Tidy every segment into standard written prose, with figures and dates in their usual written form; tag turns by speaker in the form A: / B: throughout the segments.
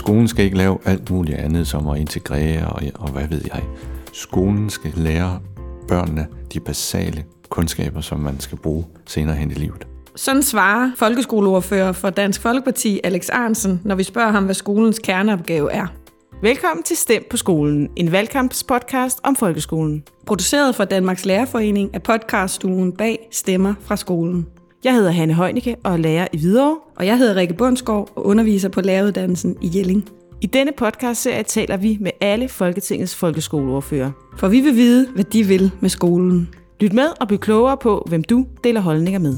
A: Skolen skal ikke lave alt muligt andet, som at integrere og hvad ved jeg. Skolen skal lære børnene de basale kundskaber, som man skal bruge senere hen i livet.
B: Sådan svarer folkeskoleordfører for Dansk Folkeparti, Alex Ahrendtsen, når vi spørger ham, hvad skolens kerneopgave er.
C: Velkommen til Stem på skolen, en valgkampspodcast om folkeskolen.
B: Produceret for Danmarks Lærerforening af podcaststuen bag Stemmer fra skolen.
C: Jeg hedder Hanne Højnicke og er lærer i Hvidovre.
B: Og jeg hedder Rikke Bundsgaard og underviser på læreruddannelsen i Jelling.
C: I denne podcastserie taler vi med alle Folketingets folkeskoleordfører.
B: For vi vil vide, hvad de vil med skolen.
C: Lyt med og bliv klogere på, hvem du deler holdninger med.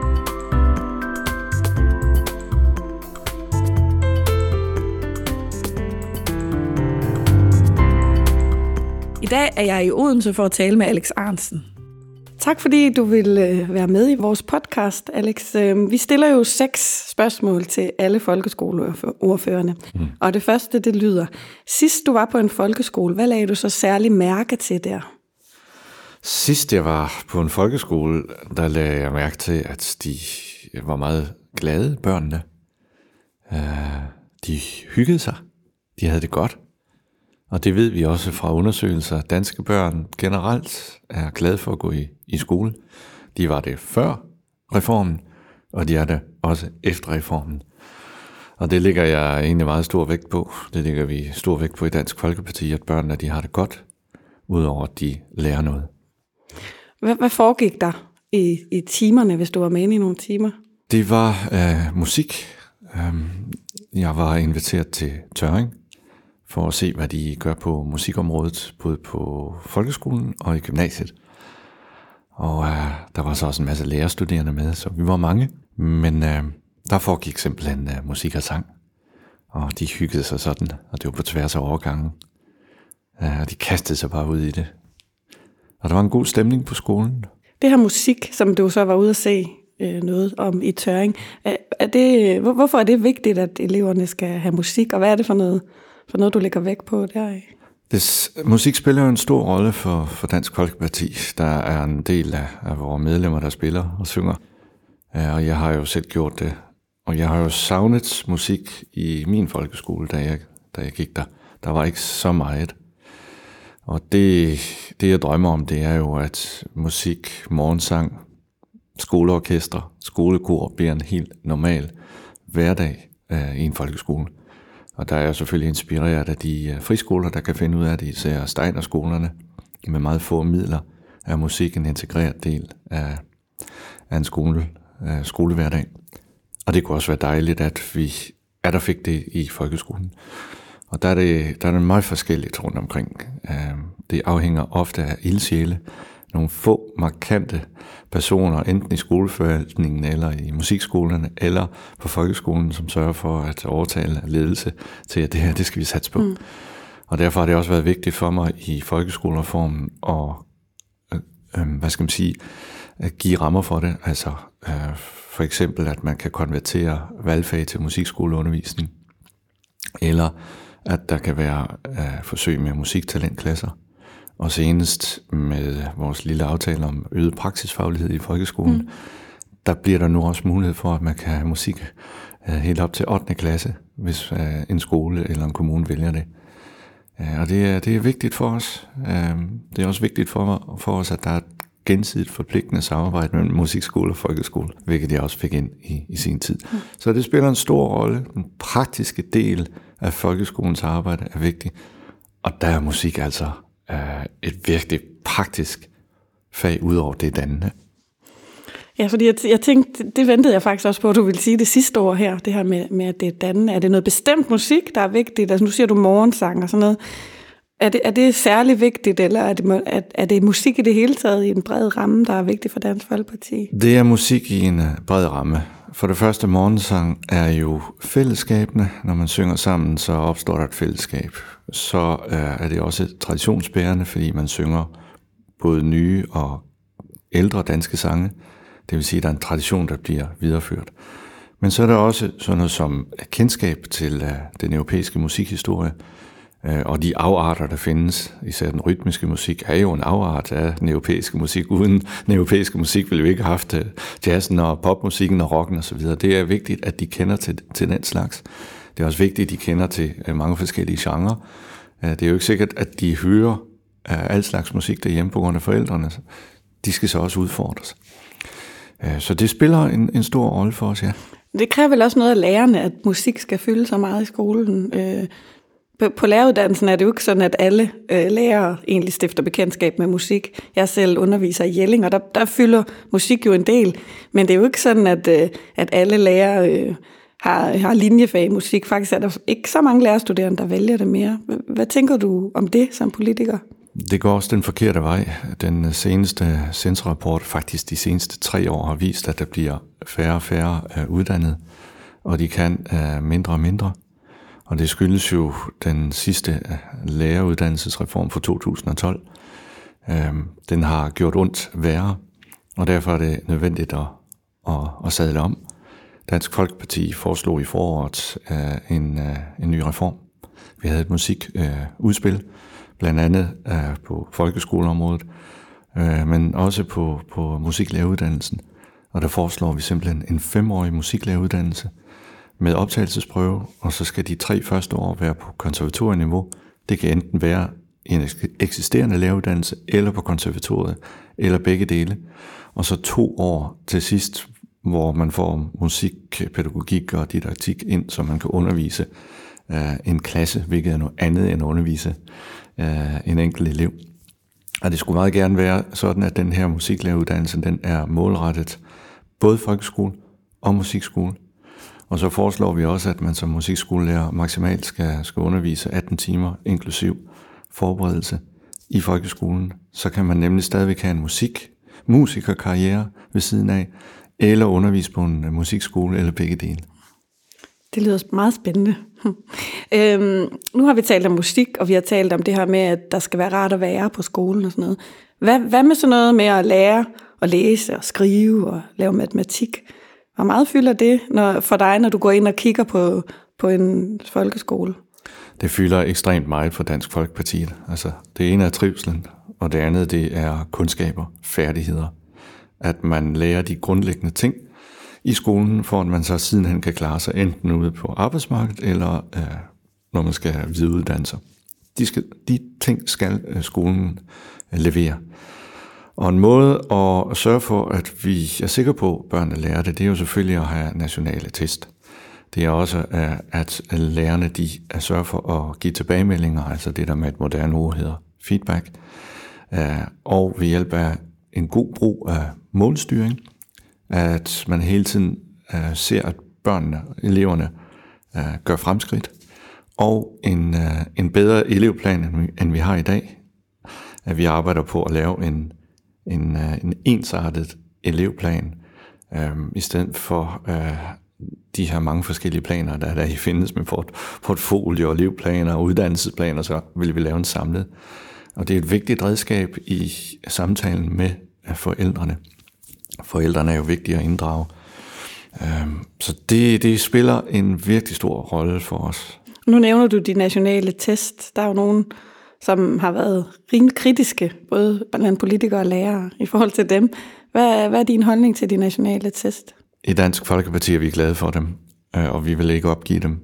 B: I dag er jeg i Odense for at tale med Alex Ahrendtsen. Tak fordi du vil være med i vores podcast, Alex. Vi stiller jo 6 spørgsmål til alle folkeskoleordførerne. Og det første, det lyder: sidst du var på en folkeskole, hvad lagde du så særlig mærke til der?
A: Sidst jeg var på en folkeskole, der lagde jeg mærke til, at de var meget glade, børnene. De hyggede sig. De havde det godt. Og det ved vi også fra undersøgelser. Danske børn generelt er glade for at gå i skole. De var det før reformen, og de er det også efter reformen. Og det lægger jeg egentlig meget stor vægt på. Det lægger vi stor vægt på i Dansk Folkeparti, at børnene de har det godt, udover at de lærer noget.
B: Hvad foregik der i timerne, hvis du var med i nogle timer?
A: Det var musik. Jeg var inviteret til Tørring for at se, hvad de gør på musikområdet, både på folkeskolen og i gymnasiet. Og der var så også en masse lærerstuderende med, så vi var mange. Men der foregik simpelthen musik og sang, og de hyggede sig sådan, og det var på tværs af årgangen. De kastede sig bare ud i det. Og der var en god stemning på skolen.
B: Det her musik, som du så var ude at se noget om i Tørring, hvorfor er det vigtigt, at eleverne skal have musik, og hvad er det for noget du lægger vægt på der?
A: Musik spiller jo en stor rolle for Dansk Folkeparti. Der er en del af vores medlemmer, der spiller og synger. Og jeg har jo selv gjort det. Og jeg har jo savnet musik i min folkeskole, da jeg gik der. Der var ikke så meget. Og det jeg drømmer om, det er jo, at musik, morgensang, skoleorkester, skolekor bliver en helt normal hverdag i en folkeskole. Og der er jeg selvfølgelig inspireret af de friskoler, der kan finde ud af det, især Steinerskolerne. Med meget få midler er musik en integreret del af en skolehverdag. Og det kunne også være dejligt, at vi der fik det i folkeskolen. Og der er det meget forskelligt rundt omkring. Det afhænger ofte af ildsjæle. Nogle få markante personer, enten i skoleforvaltningen eller i musikskolerne eller på folkeskolen, som sørger for at overtale ledelse til, at det her, det skal vi satse på. Og derfor har det også været vigtigt for mig i folkeskolereformen at give rammer for det. Altså for eksempel, at man kan konvertere valgfag til musikskoleundervisning, eller at der kan være forsøg med musiktalentklasser. Og senest med vores lille aftale om øget praksisfaglighed i folkeskolen, der bliver der nu også mulighed for, at man kan have musik helt op til 8. klasse, hvis en skole eller en kommune vælger det. Og det er vigtigt for os. Det er også vigtigt for os, at der er et gensidigt forpligtende samarbejde mellem musikskole og folkeskole, hvilket jeg også fik ind i sin tid. Så det spiller en stor rolle. Den praktiske del af folkeskolens arbejde er vigtig. Og der er musik altså et virkelig praktisk fag, ud over det dannende.
B: Ja, fordi jeg tænkte, det ventede jeg faktisk også på, at du ville sige det sidste ord her, det her med at det er dannende. Er det noget bestemt musik, der er vigtigt? Altså nu siger du morgensang og sådan noget. Er det særlig vigtigt, eller er det musik i det hele taget i en bred ramme, der er vigtig for Dansk Folkeparti?
A: Det er musik i en bred ramme. For det første, morgensang er jo fællesskabende. Når man synger sammen, så opstår der et fællesskab. Så er det også traditionsbærende, fordi man synger både nye og ældre danske sange. Det vil sige, at der er en tradition, der bliver videreført. Men så er der også sådan noget som kendskab til den europæiske musikhistorie, og de afarter, der findes. Især den rytmiske musik er jo en afart af den europæiske musik. Uden den europæiske musik ville vi ikke have haft jazzen og popmusikken og rocken osv. Det er vigtigt, at de kender til den slags. Det er også vigtigt, at de kender til mange forskellige genrer. Det er jo ikke sikkert, at de hører al slags musik derhjemme på grund af forældrene. De skal så også udfordres. Så det spiller en stor rolle for os, ja.
B: Det kræver vel også noget af lærerne, at musik skal fylde så meget i skolen. På læreruddannelsen er det jo ikke sådan, at alle lærere egentlig stifter bekendtskab med musik. Jeg selv underviser i Jelling, og der fylder musik jo en del. Men det er jo ikke sådan, at alle lærere har linjefag i musik. Faktisk er der ikke så mange lærerstuderende, der vælger det mere. Hvad tænker du om det som politiker?
A: Det går også den forkerte vej. Den seneste censorrapport, faktisk de seneste 3 år, har vist, at der bliver færre og færre uddannet, og de kan mindre og mindre. Og det skyldes jo den sidste læreruddannelsesreform fra 2012. Den har gjort ondt værre, og derfor er det nødvendigt at sadle om. Dansk Folkeparti foreslog i foråret en ny reform. Vi havde et musikudspil, blandt andet på folkeskoleområdet, men også på musiklæreruddannelsen. Og der foreslår vi simpelthen en 5-årig musiklæreruddannelse med optagelsesprøve, og så skal de 3 første år være på konservatorieniveau. Det kan enten være en eksisterende læreruddannelse, eller på konservatoriet, eller begge dele. Og så 2 år til sidst, hvor man får musik, pædagogik og didaktik ind, så man kan undervise en klasse, hvilket er noget andet end at undervise en enkelt elev. Og det skulle meget gerne være sådan, at den her musiklæreruddannelse, den er målrettet både folkeskole og musikskole. Og så foreslår vi også, at man som musikskolelærer maksimalt skal undervise 18 timer, inklusiv forberedelse i folkeskolen. Så kan man nemlig stadigvæk have en musikerkarriere ved siden af, eller undervise på en musikskole, eller begge dele.
B: Det lyder meget spændende. Nu har vi talt om musik, og vi har talt om det her med, at der skal være rart at være på skolen og sådan noget. Hvad med sådan noget med at lære at læse og skrive og lave matematik? Hvor meget fylder det for dig, når du går ind og kigger på en folkeskole?
A: Det fylder ekstremt meget for Dansk Folkeparti. Altså, det ene er trivselen, og det andet det er kundskaber, færdigheder. At man lærer de grundlæggende ting i skolen, for at man så sidenhen kan klare sig enten ude på arbejdsmarkedet, eller når man skal videreuddanne sig. De ting skal skolen levere. Og en måde at sørge for, at vi er sikre på, at børnene lærer det, det er jo selvfølgelig at have nationale test. Det er også, at lærerne de sørger for at give tilbagemeldinger, altså det der med et moderne ord hedder feedback, og ved hjælp af en god brug af målstyring, at man hele tiden ser, at børnene, eleverne, gør fremskridt, og en bedre elevplan, end vi har i dag. At vi arbejder på at lave en ensartet elevplan, i stedet for de her mange forskellige planer, der i findes med portfolio og elevplaner og uddannelsesplaner, så vil vi lave en samlet. Og det er et vigtigt redskab i samtalen med forældrene. Forældrene er jo vigtige at inddrage. Så det spiller en virkelig stor rolle for os.
B: Nu nævner du de nationale test. Der er jo nogen, som har været rimelig kritiske, både blandt politikere og lærere, i forhold til dem. Hvad er din holdning til de nationale test?
A: I Dansk Folkeparti er vi glade for dem, og vi vil ikke opgive dem.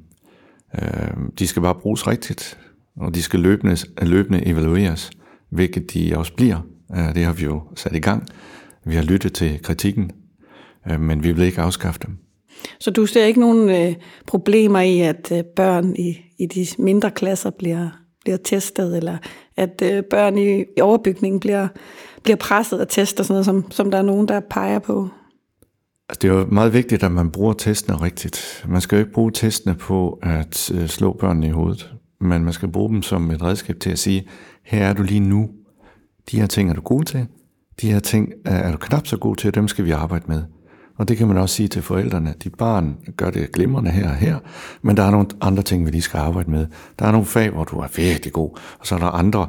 A: De skal bare bruges rigtigt, og de skal løbende evalueres, hvilket de også bliver. Det har vi jo sat i gang. Vi har lyttet til kritikken, men vi vil ikke afskaffe dem.
B: Så du ser ikke nogen problemer i, at børn i de mindre klasser bliver testet, eller at børn i overbygningen bliver presset af test og sådan noget, som der er nogen, der peger på?
A: Det er jo meget vigtigt, at man bruger testene rigtigt. Man skal jo ikke bruge testene på at slå børnene i hovedet, men man skal bruge dem som et redskab til at sige, her er du lige nu. De her ting er du god til. De her ting er du knap så god til, og dem skal vi arbejde med. Og det kan man også sige til forældrene. Dit barn gør det glimrende her og her, men der er nogle andre ting, vi lige skal arbejde med. Der er nogle fag, hvor du er virkelig god, og så er der andre,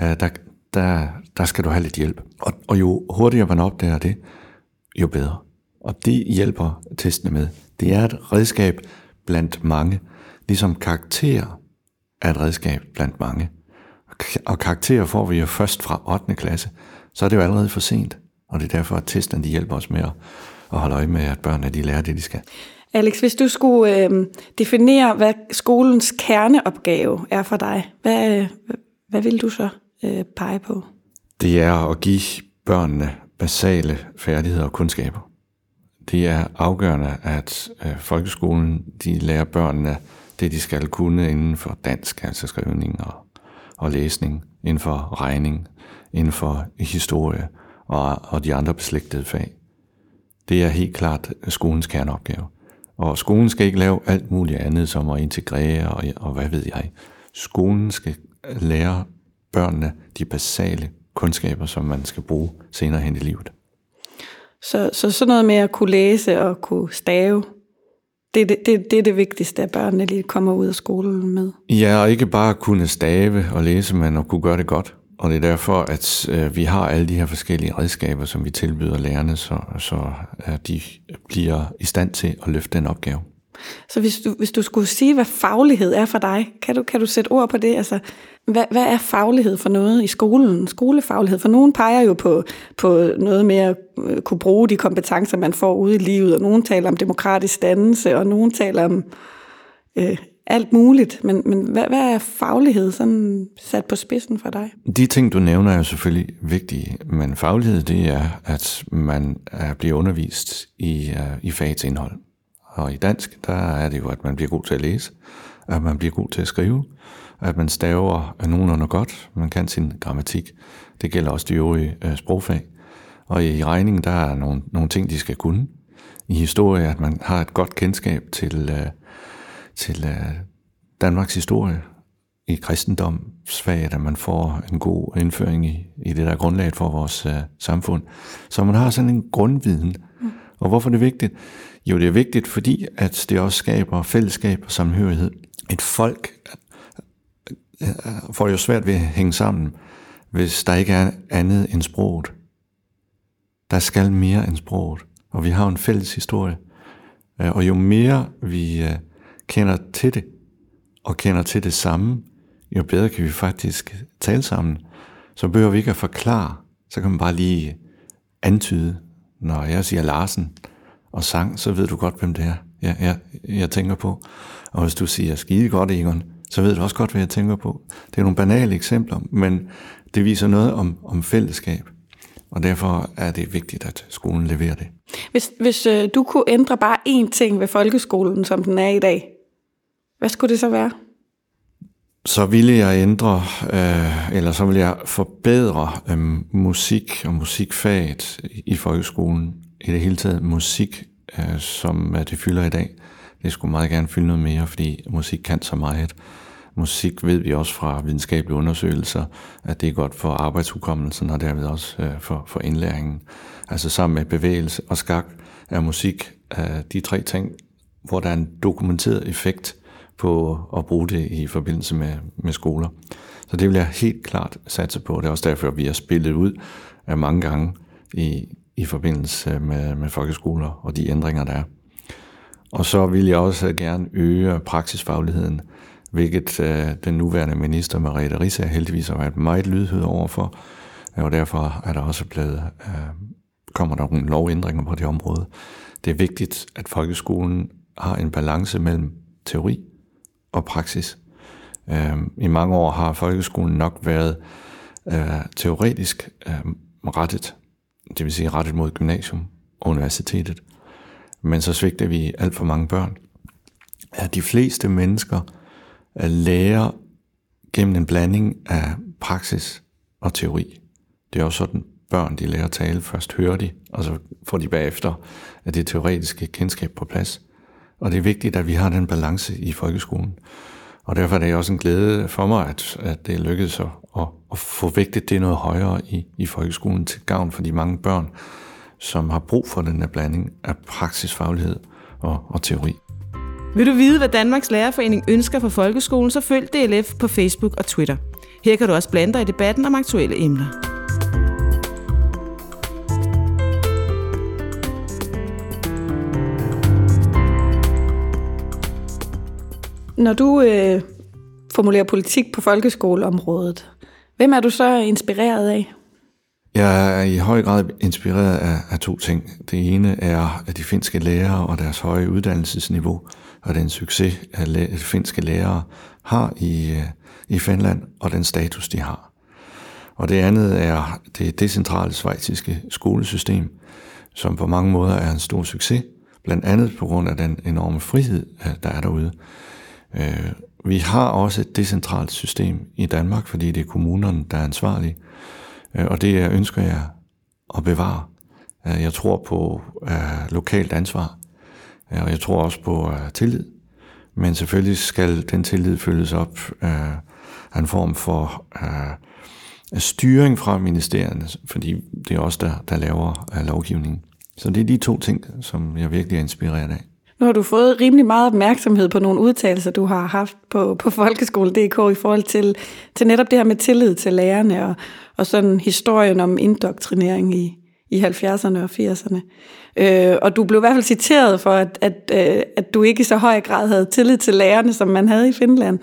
A: der skal du have lidt hjælp. Og jo hurtigere man opdager det, jo bedre. Og det hjælper testene med. Det er et redskab blandt mange, ligesom karakterer er et redskab blandt mange. Og karakterer får vi jo først fra 8. klasse, så er det jo allerede for sent. Og det er derfor, at testerne de hjælper os med at holde øje med, at børnene de lærer det, de skal.
B: Alex, hvis du skulle definere, hvad skolens kerneopgave er for dig, hvad vil du så pege på?
A: Det er at give børnene basale færdigheder og kundskaber. Det er afgørende, at folkeskolen de lærer børnene det, de skal kunne inden for dansk, altså skrivning og læsning, inden for regning, inden for historie og de andre beslægtede fag. Det er helt klart skolens kerneopgave. Og skolen skal ikke lave alt muligt andet, som at integrere og hvad ved jeg. Skolen skal lære børnene de basale kundskaber, som man skal bruge senere hen i livet.
B: Så sådan noget med at kunne læse og kunne stave, det er det vigtigste, at børnene lige kommer ud af skolen med.
A: Ja, og ikke bare kunne stave og læse, men at kunne gøre det godt. Og det er derfor, at vi har alle de her forskellige redskaber, som vi tilbyder lærerne, så de bliver i stand til at løfte den opgave.
B: Så hvis du skulle sige, hvad faglighed er for dig, kan du sætte ord på det? Altså, hvad er faglighed for noget i skolen? Skolefaglighed. For nogen peger jo på noget med at kunne bruge de kompetencer, man får ude i livet, og nogen taler om demokratisk dannelse, og nogen taler om alt muligt. Men hvad er faglighed sådan sat på spidsen for dig?
A: De ting, du nævner, er jo selvfølgelig vigtige, men faglighed, det er, at man bliver undervist i fagets indhold. Og i dansk, der er det jo, at man bliver god til at læse, at man bliver god til at skrive, at man staver nogenlunde godt, man kan sin grammatik. Det gælder også de øvrige sprogfag. Og i regningen, der er nogle ting, de skal kunne. I historie, at man har et godt kendskab til Danmarks historie. I kristendomsfaget, at man får en god indføring i det, der er grundlaget for vores samfund. Så man har sådan en grundviden. Og hvorfor er det vigtigt? Jo, det er vigtigt, fordi at det også skaber fællesskab og samhørighed. Et folk får jo svært ved at hænge sammen, hvis der ikke er andet end sproget. Der skal mere end sproget, og vi har jo en fælles historie. Og jo mere vi kender til det, og kender til det samme, jo bedre kan vi faktisk tale sammen. Så behøver vi ikke at forklare, så kan man bare lige antyde. Når jeg siger Larsen og sang, så ved du godt, hvem det er, jeg tænker på. Og hvis du siger skide godt, Egon, så ved du også godt, hvad jeg tænker på. Det er nogle banale eksempler, men det viser noget om fællesskab. Og derfor er det vigtigt, at skolen leverer det.
B: Hvis du kunne ændre bare én ting ved folkeskolen, som den er i dag, hvad skulle det så være?
A: Så ville jeg ændre, eller så ville jeg forbedre musik og musikfaget i folkeskolen. I det hele taget musik, som det fylder i dag. Det skulle meget gerne fylde noget mere, fordi musik kan så meget. Musik ved vi også fra videnskabelige undersøgelser, at det er godt for arbejdshukommelsen og derved også for indlæringen. Altså sammen med bevægelse og skak er musik de tre ting, hvor der er en dokumenteret effekt på at bruge det i forbindelse med skoler. Så det vil jeg helt klart satse på. Det er også derfor, vi har spillet ud mange gange i forbindelse med folkeskoler og de ændringer, der er. Og så vil jeg også gerne øge praksisfagligheden, hvilket den nuværende minister Merete Riisager heldigvis har været meget lydhør overfor, og derfor er der også kommer der nogle lovændringer på det område. Det er vigtigt, at folkeskolen har en balance mellem teori og praksis. I mange år har folkeskolen nok været teoretisk rettet, det vil sige rettet mod gymnasium og universitetet. Men så svigter vi alt for mange børn. De fleste mennesker lærer gennem en blanding af praksis og teori. Det er også sådan, børn de lærer at tale. Først hører de, og så får de bagefter det teoretiske kendskab på plads. Og det er vigtigt, at vi har den balance i folkeskolen. Og derfor er det også en glæde for mig, at det er lykkedes at få vægtet det noget højere i folkeskolen til gavn for de mange børn, som har brug for den her blanding af praksisfaglighed og teori.
C: Vil du vide, hvad Danmarks Lærerforening ønsker for folkeskolen, så følg DLF på Facebook og Twitter. Her kan du også blande dig i debatten om aktuelle emner.
B: Når du formulerer politik på folkeskoleområdet, hvem er du så inspireret af?
A: Jeg er i høj grad inspireret af to ting. Det ene er de finske lærere og deres høje uddannelsesniveau, og den succes, de finske lærere har i Finland, og den status, de har. Og det andet er det decentrale schweiziske skolesystem, som på mange måder er en stor succes, blandt andet på grund af den enorme frihed, der er derude. Vi har også et decentralt system i Danmark, fordi det er kommunerne, der er ansvarlige, og det ønsker jeg at bevare. Jeg tror på lokalt ansvar, og jeg tror også på tillid, men selvfølgelig skal den tillid følges op af en form for styring fra ministerierne, fordi det er også der laver lovgivningen. Så det er de to ting, som jeg virkelig er inspireret af.
B: Nu har du fået rimelig meget opmærksomhed på nogle udtalelser, du har haft på Folkeskole.dk i forhold til netop det her med tillid til lærerne og sådan historien om indoktrinering i 70'erne og 80'erne. Og du blev i hvert fald citeret for, at du ikke i så høj grad havde tillid til lærerne, som man havde i Finland,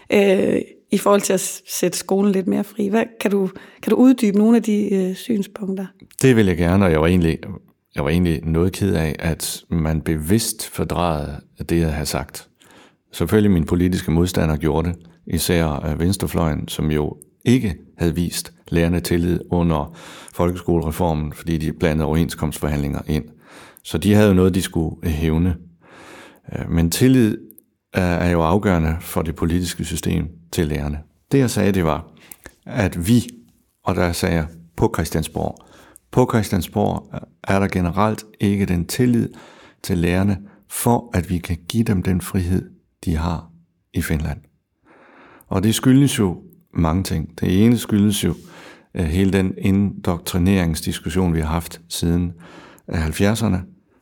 B: i forhold til at sætte skolen lidt mere fri. Kan du uddybe nogle af de synspunkter?
A: Det vil jeg gerne, og jeg var egentlig noget ked af, at man bevidst fordrejede det, jeg havde sagt. Selvfølgelig min politiske modstander gjorde det, især venstrefløjen, som jo ikke havde vist lærerne tillid under folkeskolereformen, fordi de blandede overenskomstforhandlinger ind. Så de havde jo noget, de skulle hævne. Men tillid er jo afgørende for det politiske system til lærerne. Det jeg sagde, det var, at vi, og der sagde jeg på Christiansborg er der generelt ikke den tillid til lærerne, for at vi kan give dem den frihed, de har i Finland. Og det skyldes jo mange ting. Det ene skyldes jo hele den indoktrineringsdiskussion, vi har haft siden 70'erne,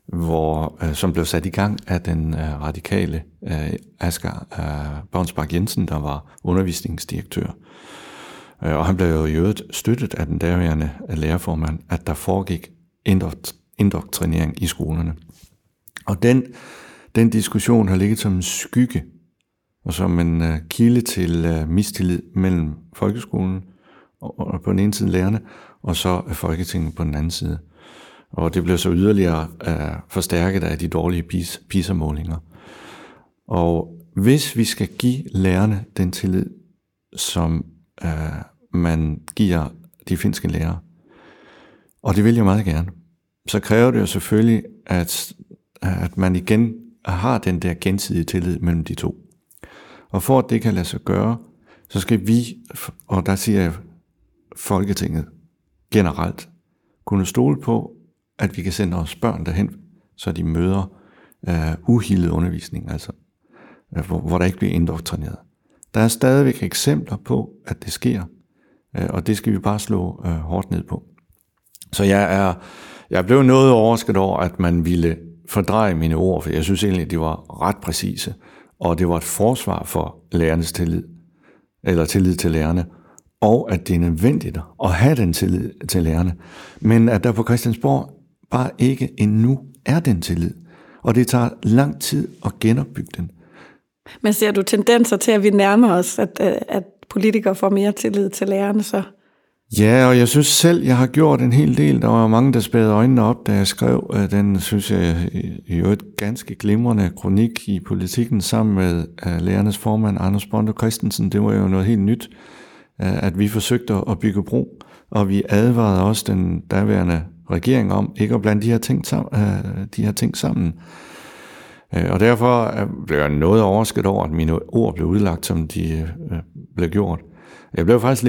A: som blev sat i gang af den radikale Asger Baunsbach Jensen, der var undervisningsdirektør. Og han blev jo i øvrigt støttet af den daværende lærerformand, at der foregik indoktrinering i skolerne. Og den diskussion har ligget som en skygge, og som en kilde til mistillid mellem folkeskolen og på den ene side lærerne, og så Folketinget på den anden side. Og det blev så yderligere forstærket af de dårlige PISA-målinger. Og hvis vi skal give lærerne den tillid, som man giver de finske lærere, og det vil jeg meget gerne, så kræver det jo selvfølgelig, at man igen har den der gensidige tillid mellem de to. Og for at det kan lade sig gøre, så skal vi, og der siger jeg Folketinget generelt, kunne stole på, at vi kan sende vores børn derhen, så de møder uhildet undervisning, altså hvor der ikke bliver indoktrineret. Der er stadigvæk eksempler på, at det sker, og det skal vi bare slå hårdt ned på. Så jeg blev noget overrasket over, at man ville fordreje mine ord, for jeg synes egentlig, at de var ret præcise, og det var et forsvar for lærernes tillid, eller tillid til lærerne, og at det er nødvendigt at have den tillid til lærerne, men at der på Christiansborg bare ikke endnu er den tillid, og det tager lang tid at genopbygge den.
B: Men ser du tendenser til, at vi nærmer os, at politikere får mere tillid til lærerne så?
A: Ja, og jeg synes selv, jeg har gjort en hel del. Der var mange, der spædede øjnene op, da jeg skrev den, synes jeg, i et ganske glimrende kronik i Politikken sammen med lærernes formand, Anders Bondo Christensen. Det var jo noget helt nyt, at vi forsøgte at bygge bro, og vi advarede også den daværende regering om ikke at blande de her ting sammen. Og derfor blev jeg noget overrasket over, at mine ord blev udlagt, som de blev gjort. Jeg blev faktisk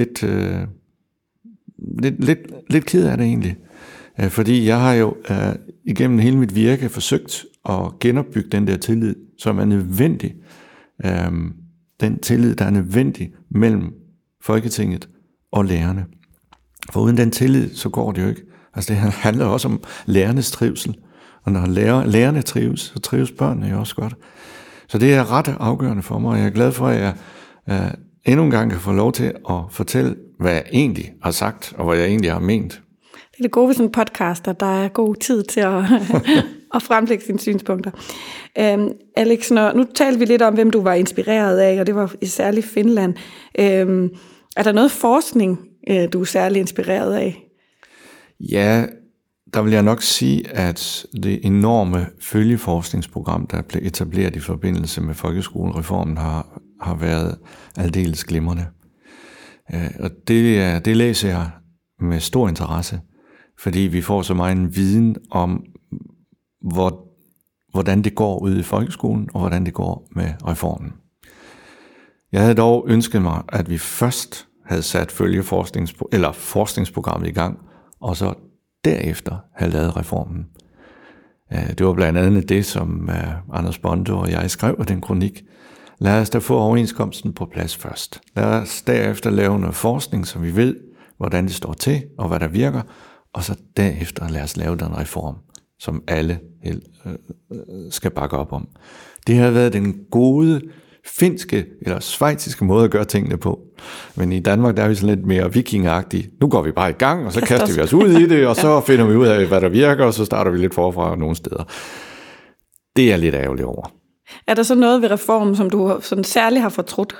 A: lidt ked af det egentlig, fordi jeg har jo igennem hele mit virke forsøgt at genopbygge den der tillid, som er nødvendig. Den tillid, der er nødvendig mellem Folketinget og lærerne. For uden den tillid, så går det jo ikke. Altså det handler også om lærernes trivsel. Og når lærerne trives, så trives børnene jo også godt. Så det er ret afgørende for mig, og jeg er glad for, at jeg endnu en gang kan få lov til at fortælle, hvad jeg egentlig har sagt, og hvad jeg egentlig har ment.
B: Det er det gode ved sådan en podcast, at der er god tid til at fremlægge sine synspunkter. Alex, nu talte vi lidt om, hvem du var inspireret af, og det var særligt Finland. Er der noget forskning, du er særlig inspireret af?
A: Ja, der vil jeg nok sige, at det enorme følgeforskningsprogram, der blev etableret i forbindelse med folkeskolereformen, har været aldeles glimrende. Og det læser jeg med stor interesse, fordi vi får så meget viden om, hvordan det går ude i folkeskolen, og hvordan det går med reformen. Jeg havde dog ønsket mig, at vi først havde sat forskningsprogrammet i gang, og så derefter havde lavet reformen. Det var blandt andet det, som Anders Bondo og jeg skrev af den kronik. Lad os da få overenskomsten på plads først. Lad os derefter lave noget forskning, så vi ved, hvordan det står til, og hvad der virker, og så derefter lad os lave den reform, som alle skal bakke op om. Det har været den gode finske eller schweiziske måde at gøre tingene på. Men i Danmark, der er vi sådan lidt mere vikingagtige. Nu går vi bare i gang, og så kaster vi os ud i det, og så finder vi ud af, hvad der virker, og så starter vi lidt forfra nogle steder. Det er lidt ærgerligt over.
B: Er der så noget ved reformen, som du sådan særligt har fortrudt?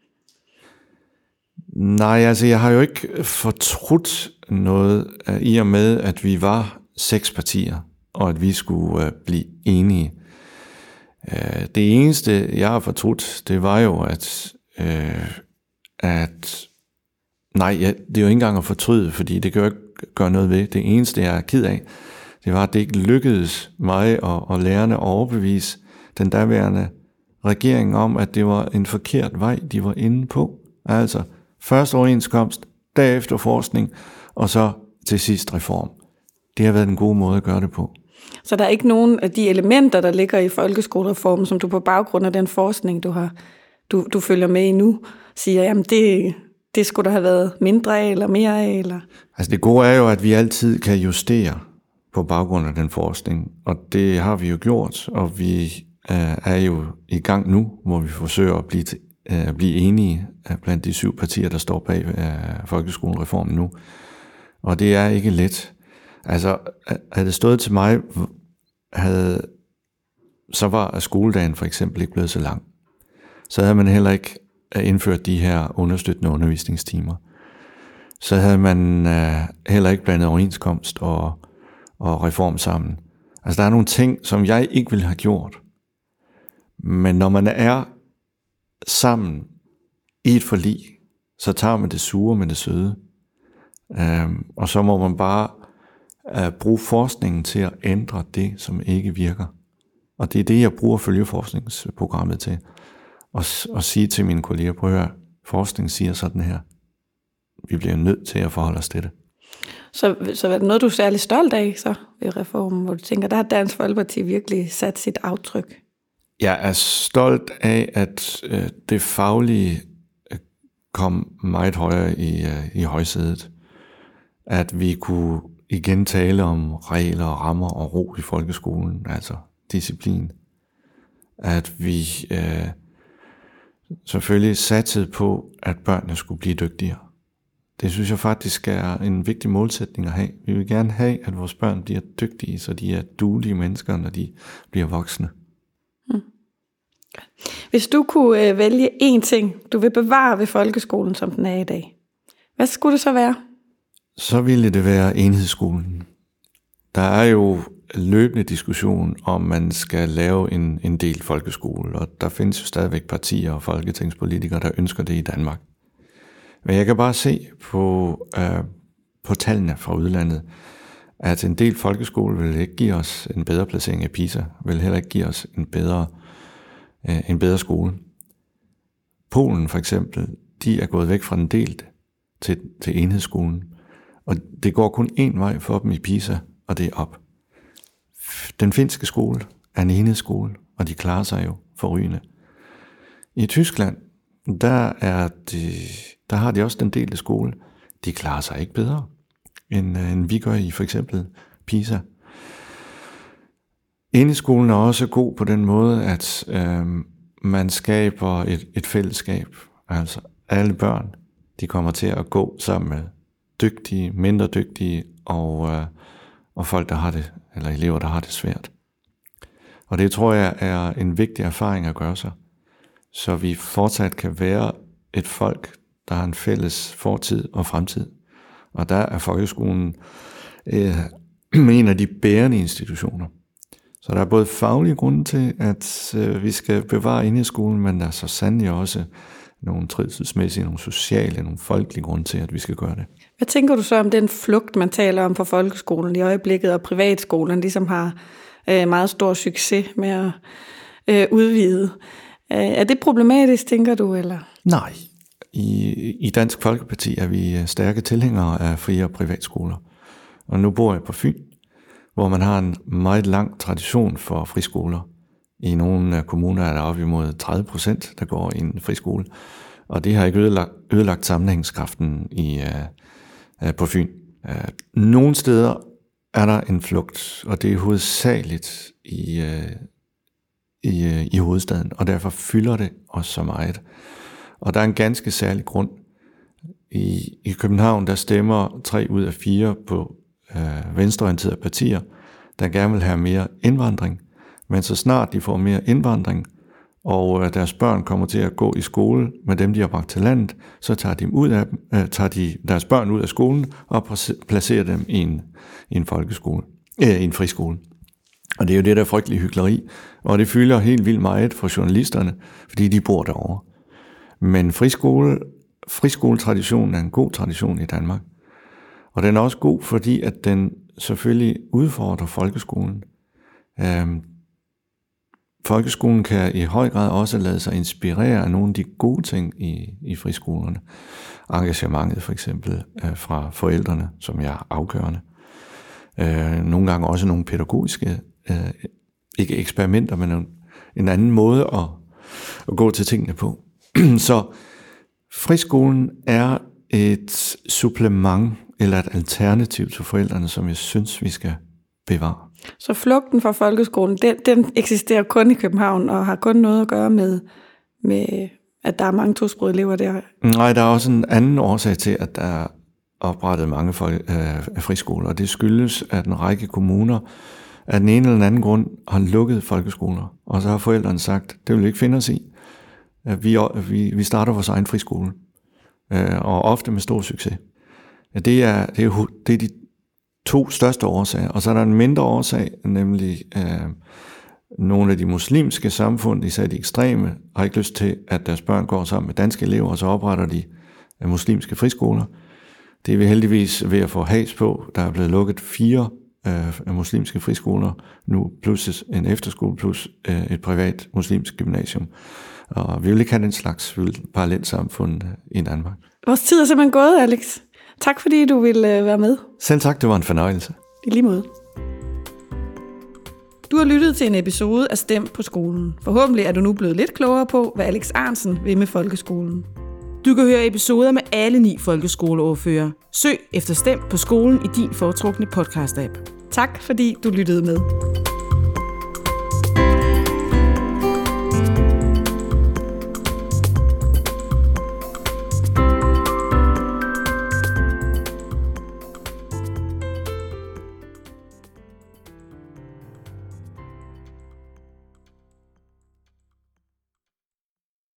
A: Nej, altså jeg har jo ikke fortrudt noget i og med, at vi var 6 partier, og at vi skulle blive enige. Det eneste, jeg har fortrudt, det var jo, det er jo ikke engang at fortryde, fordi det kan jo ikke gøre noget ved. Det eneste, jeg er ked af, det var, at det ikke lykkedes mig og lærerne at overbevise den daværende regering om, at det var en forkert vej, de var inde på. Altså først overenskomst, derefter forskning, og så til sidst reform. Det har været en god måde at gøre det på.
B: Så der er ikke nogen af de elementer, der ligger i folkeskolereformen, som du på baggrund af den forskning, du følger med i nu, siger, jamen det skulle der have været mindre af, eller mere af, eller?
A: Altså det gode er jo, at vi altid kan justere på baggrund af den forskning, og det har vi jo gjort, og vi er jo i gang nu, hvor vi forsøger at blive enige blandt de 7 partier, der står bag folkeskolereformen nu. Og det er ikke let. Altså, havde det stået til mig, så var skoledagen for eksempel ikke blevet så lang. Så havde man heller ikke indført de her understøttende undervisningstimer. Så havde man heller ikke blandet overenskomst og reform sammen. Altså, der er nogle ting, som jeg ikke ville have gjort. Men når man er sammen i et forlig, så tager man det sure med det søde. Og så må man bare bruge forskningen til at ændre det, som ikke virker. Og det er det, jeg bruger følgeforskningsprogrammet til. Og sige til mine kolleger, prøv at høre, forskningen siger sådan her. Vi bliver nødt til at forholde os til det.
B: Så er det noget, du er særlig stolt af så ved reformen, hvor du tænker, der har Dansk Folkeparti virkelig sat sit aftryk?
A: Jeg er stolt af, at det faglige kom meget højere i højsædet. At vi kunne igen tale om regler, rammer og ro i folkeskolen, altså disciplin. At vi selvfølgelig satsede på, at børnene skulle blive dygtigere. Det synes jeg faktisk er en vigtig målsætning at have. Vi vil gerne have, at vores børn bliver dygtige, så de er duelige mennesker, når de bliver voksne.
B: Hvis du kunne vælge én ting, du vil bevare ved folkeskolen, som den er i dag, hvad skulle det så være?
A: Så ville det være enhedsskolen. Der er jo løbende diskussion om, man skal lave en del folkeskole, og der findes jo stadigvæk partier og folketingspolitikere, der ønsker det i Danmark. Men jeg kan bare se på tallene fra udlandet, at en del folkeskole vil ikke give os en bedre placering i PISA, vil heller ikke give os en bedre skole. Polen for eksempel, de er gået væk fra den delte til enhedsskolen, og det går kun én vej for dem i PISA, og det er op. Den finske skole er en enhedsskole, og de klarer sig jo forrygende. I Tyskland, der har de også den delte skole. De klarer sig ikke bedre, end vi gør i for eksempel PISA. Enhedsskolen er også god på den måde, at man skaber et fællesskab. Altså alle børn, de kommer til at gå sammen med dygtige, mindre dygtige og folk, der har det, eller elever, der har det svært. Og det tror jeg er en vigtig erfaring at gøre sig, så vi fortsat kan være et folk, der har en fælles fortid og fremtid. Og der er folkeskolen en af de bærende institutioner. Så der er både faglige grunde til, at vi skal bevare enhedsskolen, men der er så sandelig også nogle trivselsmæssige, nogle sociale, nogle folkelige grunde til, at vi skal gøre det.
B: Hvad tænker du så om den flugt, man taler om fra folkeskolen i øjeblikket, og privatskolen ligesom har meget stor succes med at udvide? Er det problematisk, tænker du? Eller?
A: Nej. I Dansk Folkeparti er vi stærke tilhængere af fri- og privatskoler. Og nu bor jeg på Fyn, hvor man har en meget lang tradition for friskoler. I nogle kommuner er der op imod 30%, der går i en friskole. Og det har ikke ødelagt sammenhængskraften på Fyn. Nogle steder er der en flugt, og det er hovedsageligt i hovedstaden, og derfor fylder det også så meget. Og der er en ganske særlig grund. I København, der stemmer 3 ud af 4 på venstreorienterede partier, der gerne vil have mere indvandring. Men så snart de får mere indvandring, og deres børn kommer til at gå i skole med dem, de har bragt til landet, så tager de deres børn ud af skolen og placerer dem i en folkeskole, i en friskole. Og det er jo det, der er frygtelig hykleri, og det fylder helt vildt meget for journalisterne, fordi de bor derovre. Men friskoletraditionen er en god tradition i Danmark. Og den er også god, fordi at den selvfølgelig udfordrer folkeskolen. Folkeskolen kan i høj grad også lade sig inspirere af nogle af de gode ting i friskolerne. Engagementet for eksempel fra forældrene, som er afgørende. Nogle gange også nogle pædagogiske, ikke eksperimenter, men en anden måde at gå til tingene på. Så friskolen er et supplement eller et alternativ til forældrene, som jeg synes, vi skal bevare.
B: Så flugten fra folkeskolen, den eksisterer kun i København og har kun noget at gøre med at der er mange tosprogede elever der?
A: Nej, der er også en anden årsag til, at der er oprettet mange friskoler, og det skyldes, at en række kommuner af den ene eller den anden grund har lukket folkeskoler, og så har forældrene sagt, det vil vi ikke finde os i. Vi starter vores egen friskole, og ofte med stor succes. Det er de 2 største årsager, og så er der en mindre årsag, nemlig nogle af de muslimske samfund, især de ekstreme, har ikke lyst til, at deres børn går sammen med danske elever, og så opretter de muslimske friskoler. Det er vi heldigvis ved at få has på. Der er blevet lukket 4 muslimske friskoler nu, plus en efterskole, plus et privat muslimsk gymnasium. Og vi vil ikke have den slags parallelsamfund i Danmark.
B: Vores tid er simpelthen gået, Alex. Tak fordi du ville være med.
A: Selv tak, det var en fornøjelse.
B: I lige måde. Du har lyttet til en episode af Stem på skolen. Forhåbentlig er du nu blevet lidt klogere på, hvad Alex Ahrendtsen vil med folkeskolen.
C: Du kan høre episoder med alle 9 folkeskoleordførere. Søg efter Stem på skolen i din foretrukne podcast-app.
B: Tak fordi du lyttede med.